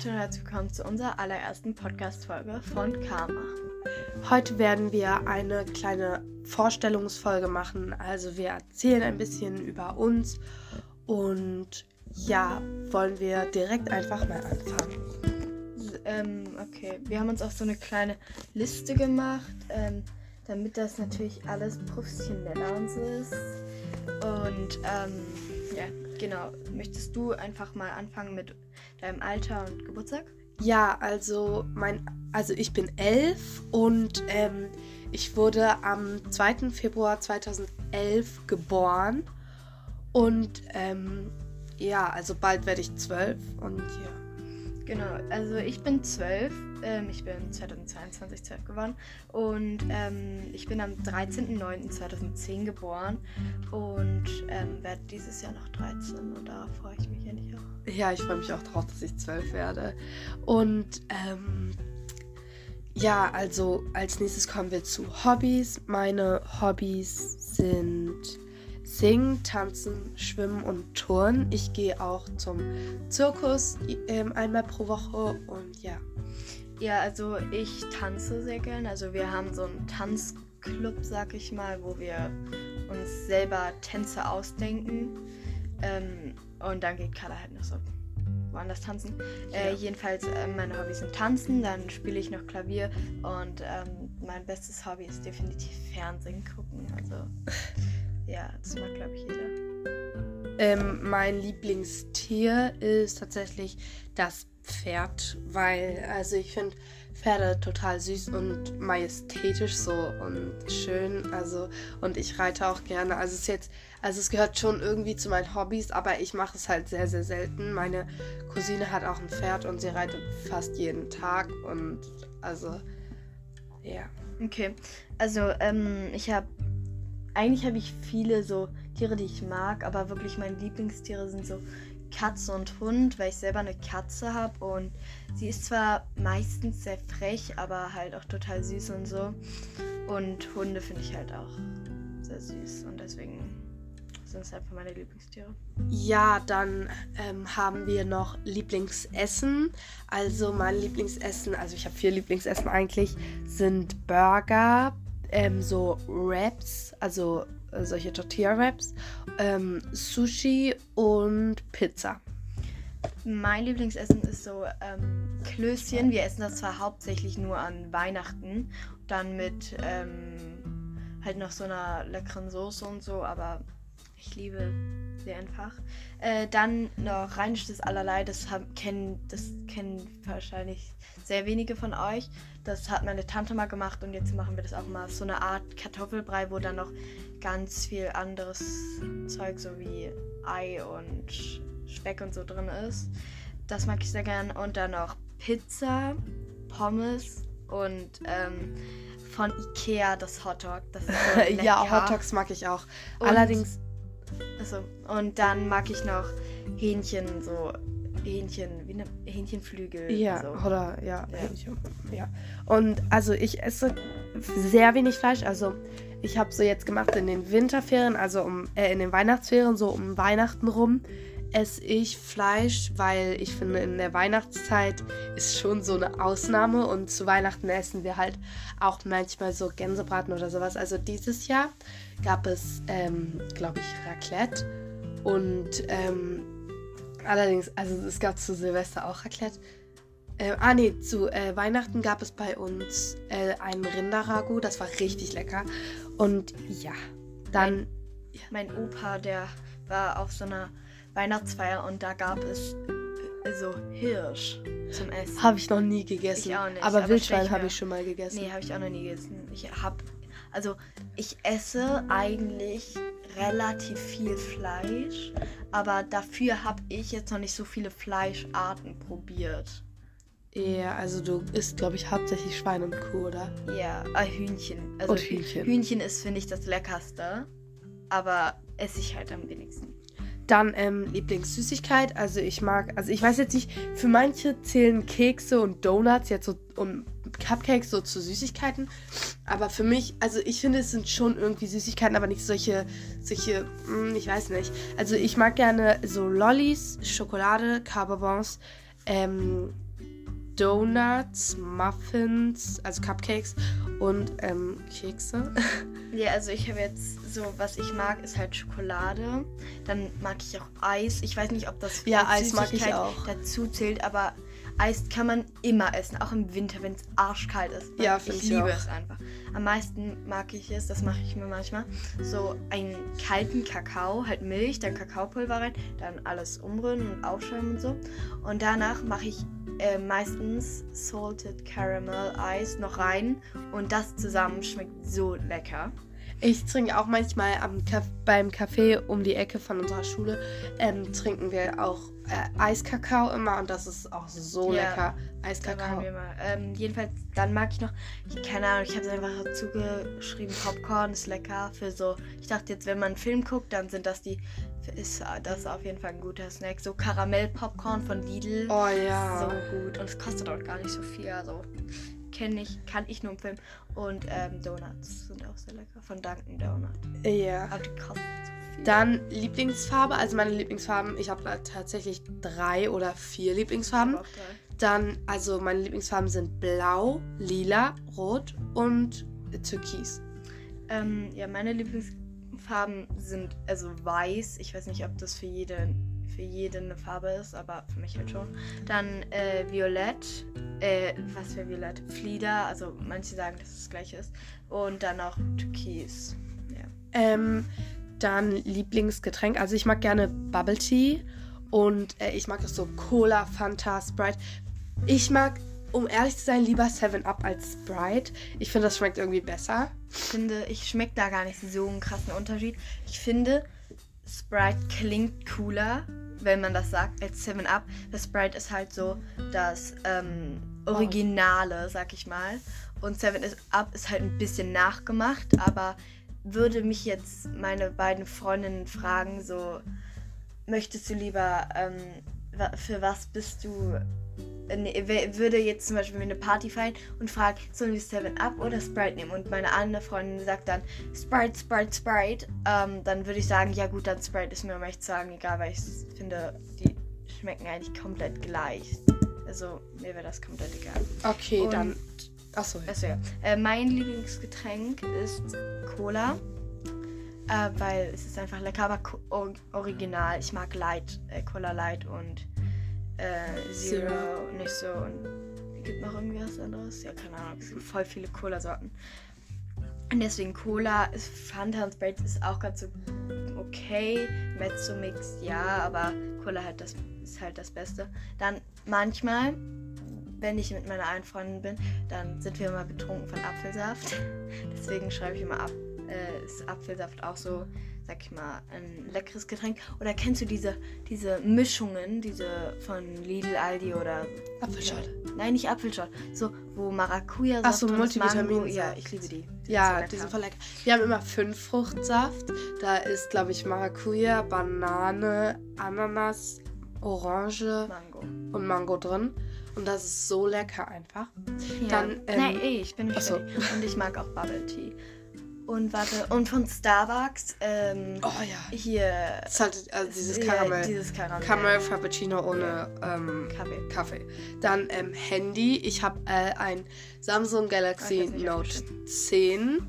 Leute und herzlich willkommen zu unserer allerersten Podcast-Folge von Karma. Heute werden wir eine kleine Vorstellungsfolge machen. Also wir erzählen ein bisschen über uns und ja, wollen wir direkt einfach mal anfangen. Okay, wir haben uns auch so eine kleine Liste gemacht, damit das natürlich alles professioneller und so ist. Und ja, genau. Möchtest du einfach mal anfangen mit deinem Alter und Geburtstag? Ja, also ich bin 11 und ich wurde am 2. Februar 2011 geboren und ja, also bald werde ich 12 und ja. Genau, also ich bin 12, ich bin 2022 12 geworden und ich bin am 13.09.2010 geboren und werde dieses Jahr noch 13 und da freue ich mich eigentlich auch. Ja, ich freue mich auch drauf, dass ich 12 werde. Und ja, also als nächstes kommen wir zu Hobbys. Meine Hobbys sind Singen, Tanzen, Schwimmen und Turnen. Ich gehe auch zum Zirkus einmal pro Woche und ja. Ja, also ich tanze sehr gern. Also wir haben so einen Tanzclub, sag ich mal, wo wir uns selber Tänze ausdenken. Und dann geht Carla halt noch so woanders tanzen. Ja. Jedenfalls, meine Hobbys sind Tanzen, dann spiele ich noch Klavier und mein bestes Hobby ist definitiv Fernsehen gucken. Also ja, das mag, glaube ich, jeder. Mein Lieblingstier ist tatsächlich das Pferd, weil, also ich finde Pferde total süß und majestätisch so und schön, also und ich reite auch gerne, also es gehört schon irgendwie zu meinen Hobbys, aber ich mache es halt sehr, sehr selten. Meine Cousine hat auch ein Pferd und sie reitet fast jeden Tag und also, ja. Okay, also eigentlich habe ich viele so Tiere, die ich mag, aber wirklich meine Lieblingstiere sind so Katze und Hund, weil ich selber eine Katze habe und sie ist zwar meistens sehr frech, aber halt auch total süß und so. Und Hunde finde ich halt auch sehr süß und deswegen sind es einfach meine Lieblingstiere. Ja, dann haben wir noch Lieblingsessen. Also mein Lieblingsessen, also ich habe 4 Lieblingsessen eigentlich, sind Burger, so Wraps, also solche Tortilla-Wraps, Sushi und Pizza. Mein Lieblingsessen ist so Klößchen. Wir essen das zwar hauptsächlich nur an Weihnachten, dann mit halt noch so einer leckeren Soße und so, aber ich liebe sie einfach. Dann noch rheinisches Allerlei, das kennen wahrscheinlich sehr wenige von euch. Das hat meine Tante mal gemacht und jetzt machen wir das auch mal. So eine Art Kartoffelbrei, wo dann noch ganz viel anderes Zeug, so wie Ei und Speck und so drin ist. Das mag ich sehr gern. Und dann noch Pizza, Pommes und von Ikea das Hotdog. Das ist so lecker. Ja, Hotdogs mag ich auch. Und, Allerdings. Also, und dann mag ich noch Hähnchenflügel. Ja, so. oder ja. Ja. Und also ich esse sehr wenig Fleisch. Also ich habe so jetzt gemacht in den Winterferien, also in den Weihnachtsferien, so um Weihnachten rum, esse ich Fleisch, weil ich finde, in der Weihnachtszeit ist schon so eine Ausnahme und zu Weihnachten essen wir halt auch manchmal so Gänsebraten oder sowas. Also dieses Jahr gab es, glaube ich, Raclette und allerdings, also es gab zu Silvester auch Raclette. Zu Weihnachten gab es bei uns ein Rinderragout, das war richtig lecker. Und ja, dann... Mein Opa, der war auf so einer Weihnachtsfeier und da gab es so Hirsch zum Essen. Habe ich noch nie gegessen. Ich auch nicht. Aber Wildschwein habe ich schon mal gegessen. Nee, habe ich auch noch nie gegessen. Ich esse eigentlich relativ viel Fleisch, aber dafür habe ich jetzt noch nicht so viele Fleischarten probiert. Ja, also du isst, glaube ich, hauptsächlich Schwein und Kuh, oder? Ja, Hühnchen. Also und Hühnchen. Hühnchen ist, finde ich, das Leckerste, aber esse ich halt am wenigsten. Dann Lieblingssüßigkeit, also ich weiß jetzt nicht, für manche zählen Kekse und Donuts jetzt so und Cupcakes so zu Süßigkeiten, aber für mich, also ich finde, es sind schon irgendwie Süßigkeiten, aber nicht solche, ich weiß nicht. Also ich mag gerne so Lollis, Schokolade, Carbonbons, Donuts, Muffins, also Cupcakes und Kekse. Ja, also ich habe jetzt so, was ich mag, ist halt Schokolade. Dann mag ich auch Eis. Ich weiß nicht, ob das Ja, als Eis mag ich Süßigkeit auch. dazu zählt, aber Eis kann man immer essen, auch im Winter, wenn es arschkalt ist. Ja, finde ich ich liebe auch. es einfach. Am meisten mag ich es, das mache ich mir manchmal, so einen kalten Kakao, halt Milch, dann Kakaopulver rein, dann alles umrühren und aufschäumen und so. Und danach mache ich meistens Salted Caramel Eis noch rein und das zusammen schmeckt so lecker. Ich trinke auch manchmal beim Café um die Ecke von unserer Schule, trinken wir auch Eiskakao immer und das ist auch so Ja, lecker. Da Eiskakao. waren wir mal. Jedenfalls, dann mag ich noch, keine Ahnung, ich habe es einfach dazu geschrieben, Popcorn ist lecker für so, ich dachte jetzt, wenn man einen Film guckt, dann sind das ist das auf jeden Fall ein guter Snack. So Karamell-Popcorn von Lidl. Oh ja. So gut. Und es kostet auch gar nicht so viel, also kann ich nur empfehlen. Und Donuts sind auch sehr lecker, von Dunkin' Donuts. Ja. Aber die kosten so viel. Dann Lieblingsfarbe, also meine Lieblingsfarben, ich habe tatsächlich 3 oder 4 Lieblingsfarben. Ich hab auch 3. Dann, also meine Lieblingsfarben sind Blau, Lila, Rot und Türkis. Ja, meine Lieblingsfarben sind also weiß. Ich weiß nicht, ob das für jede eine Farbe ist, aber für mich halt schon. Dann Violett. Was für Violett? Flieder. Also manche sagen, dass es das gleiche ist. Und dann auch Türkis. Ja. Dann Lieblingsgetränk. Also ich mag gerne Bubble Tea und ich mag das so Cola, Fanta, Sprite. Ich mag, um ehrlich zu sein, lieber 7-Up als Sprite. Ich finde, das schmeckt irgendwie besser. Ich schmecke da gar nicht so einen krassen Unterschied. Ich finde, Sprite klingt cooler, wenn man das sagt, als 7-Up. Das Sprite ist halt so das Originale, sag ich mal. Und 7-Up ist halt ein bisschen nachgemacht, aber würde mich jetzt meine beiden Freundinnen fragen, so, möchtest du lieber, für was bist du, würde jetzt zum Beispiel eine Party feiern und fragt, sollen wir 7-Up oder Sprite nehmen? Und meine andere Freundin sagt dann, Sprite, dann würde ich sagen, ja gut, dann Sprite, ist mir um echt zu sagen egal, weil ich finde, die schmecken eigentlich komplett gleich. Also mir wäre das komplett egal. Okay, Und dann... Achso. Also ja, mein Lieblingsgetränk ist Cola, weil es ist einfach lecker, aber original. Ich mag Light, Cola Light und Zero nicht so. Und gibt noch irgendwie was anderes? Ja, keine Ahnung. Es gibt voll viele Cola-Sorten. Und deswegen Cola, Fanta und Sprite ist auch ganz so okay. Mezzo-Mix, ja, aber Cola ist halt das Beste. Dann manchmal, wenn ich mit meiner einen Freundin bin, dann sind wir immer betrunken von Apfelsaft. Deswegen schreibe ich immer ab, ist Apfelsaft auch so, sag ich mal, ein leckeres Getränk. Oder kennst du diese Mischungen, diese von Lidl, Aldi oder... Apfelschorle. Nein, nicht Apfelschorle. So, wo Maracuja-Saft Ach so, und Multivitaminsaft. Mango. Ja, ich liebe die. Ja, die sind voll lecker. Wir haben immer 5 Fruchtsaft. Da ist, glaube ich, Maracuja, Banane, Ananas, Orange Mango. und Mango drin. Und das ist so lecker einfach. Ja. Dann, Nein, ich bin nicht achso. fertig. Und ich mag auch Bubble Tea. Und warte, und von Starbucks, Oh ja. hier... Das ist halt dieses ja, Karamell. Dieses Karamell. Karamell Frappuccino ohne Kaffee. Dann Handy. Ich habe ein Samsung Galaxy Ich weiß nicht, Note 10.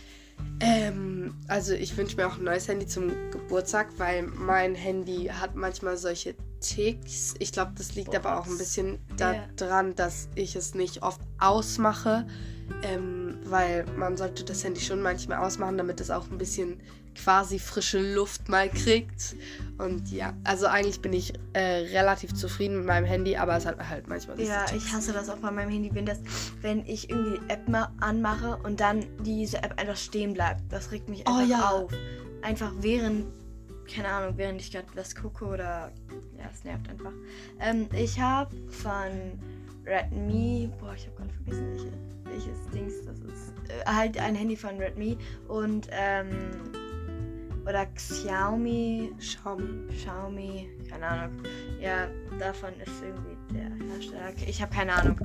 Also ich wünsche mir auch ein neues Handy zum Geburtstag, weil mein Handy hat manchmal solche Ticks. Ich glaube, das liegt aber auch ein bisschen daran, dass ich es nicht oft ausmache, weil man sollte das Handy schon manchmal ausmachen, damit es auch ein bisschen quasi frische Luft mal kriegt. Und ja, also eigentlich bin ich relativ zufrieden mit meinem Handy, aber es hat halt manchmal diese Ja, Ticks. ich hasse das auch bei meinem Handy, wenn ich irgendwie die App mal anmache und dann diese App einfach stehen bleibt. Das regt mich einfach auf. Einfach während ich gerade was gucke oder... Ja, es nervt einfach. Ich habe von Redmi... Boah, ich habe gerade vergessen, welches Dings das ist. Halt ein Handy von Redmi und... oder Xiaomi, keine Ahnung. Ja, davon ist irgendwie der Hersteller. Ich habe keine Ahnung.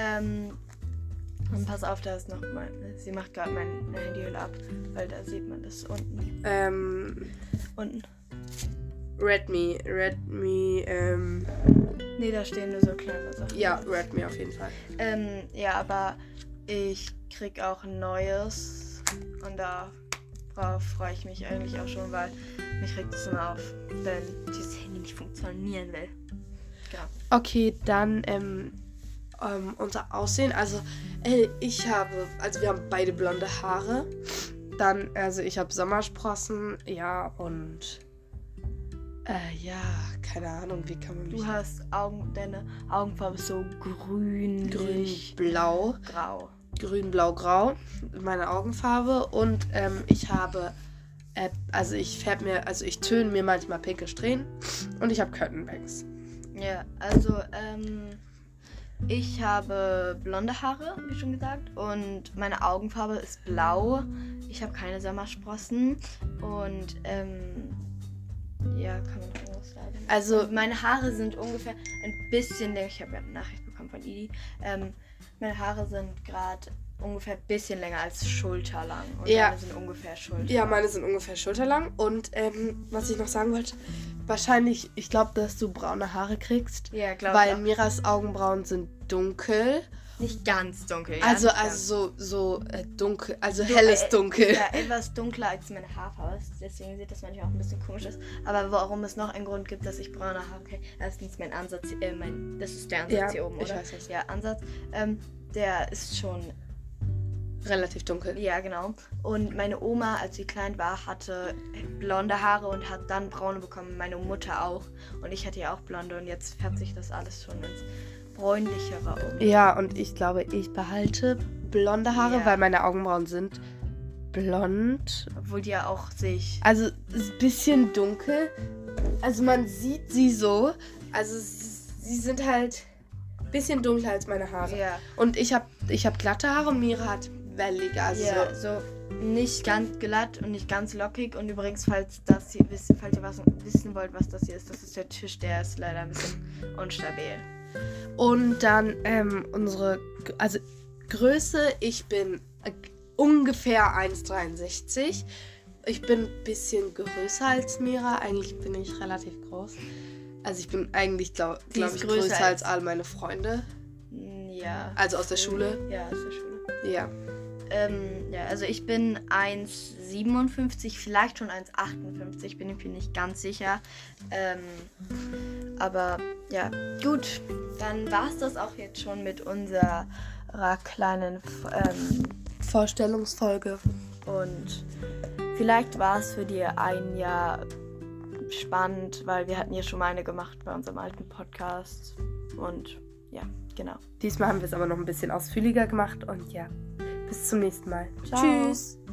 Und pass auf, da ist noch sie macht gerade mein Handyhülle ab, weil da sieht man das unten. Unten. Redmi, Nee, da stehen nur so kleine Sachen. ja, Redmi auf jeden Fall. Ja, aber ich krieg auch ein neues und darauf freue ich mich eigentlich auch schon, weil mich regt es immer auf, wenn dieses Handy nicht funktionieren will. Genau. Okay, dann unser Aussehen. Also wir haben beide blonde Haare. Dann, also ich habe Sommersprossen, ja, und ja, keine Ahnung, wie kann man mich... Du hast deine Augenfarbe ist so grün-blau. Grau. Grün-blau-grau, meine Augenfarbe. Und ich habe, ich töne mir manchmal pinke Strähnen. Und ich habe Curtainbangs. Ja, also, ich habe blonde Haare, wie schon gesagt, und meine Augenfarbe ist blau. Ich habe keine Sommersprossen und, ja, kann man noch was sagen? Also, Und meine Haare sind ungefähr ein bisschen länger. Ich habe ja eine Nachricht bekommen von Idi. Meine Haare sind gerade ungefähr ein bisschen länger als schulterlang. Und Ja. meine sind ungefähr schulterlang. ja, meine sind ungefähr schulterlang. Und was ich noch sagen wollte, wahrscheinlich, ich glaube, dass du braune Haare kriegst. Ja, glaube Weil ich. Miras Augenbrauen sind dunkel. Nicht ganz dunkel. Ja, Also nicht ganz. so dunkel, also helles Dunkel. Ja, etwas dunkler als meine Haarfarbe. Deswegen sieht das manchmal auch ein bisschen komisch aus. Aber warum es noch einen Grund gibt, dass ich braune Haare kriege. Erstens mein Ansatz, das ist der Ansatz Ja, hier oben, oder? ich weiß es. Ja, Ansatz. Der ist schon, Relativ dunkel. ja genau. Und meine Oma, als sie klein war, hatte blonde Haare und hat dann braune bekommen. Meine Mutter auch. Und ich hatte ja auch blonde und jetzt färbt sich das alles schon ins bräunlichere um. Ja, und ich glaube, ich behalte blonde Haare, Ja. weil meine Augenbrauen sind blond. Obwohl die ja auch sich... Also ist ein bisschen dunkel. Also man sieht sie so. Also sie sind halt ein bisschen dunkler als meine Haare. Ja. Und ich hab glatte Haare und Mira hat wellige. Also Ja, so nicht ganz glatt und nicht ganz lockig. Und übrigens, falls ihr wissen wollt, was das hier ist, das ist der Tisch, der ist leider ein bisschen unstabil. Und dann unsere Größe, ich bin ungefähr 1,63. Ich bin ein bisschen größer als Mira. Eigentlich bin ich relativ groß. Also ich bin eigentlich, glaube Sie ich, ist größer als all meine Freunde. Ja. Also aus der Schule. Ja, aus der Schule. Ja. Ja, also ich bin 1,57, vielleicht schon 1,58, bin ich mir nicht ganz sicher. Aber ja, gut, dann war es das auch jetzt schon mit unserer kleinen Vorstellungsfolge. und vielleicht war es für dir ein Jahr spannend, weil wir hatten ja schon mal eine gemacht bei unserem alten Podcast und ja, genau. Diesmal haben wir es aber noch ein bisschen ausführlicher gemacht und ja, bis zum nächsten Mal. Ciao. Tschüss.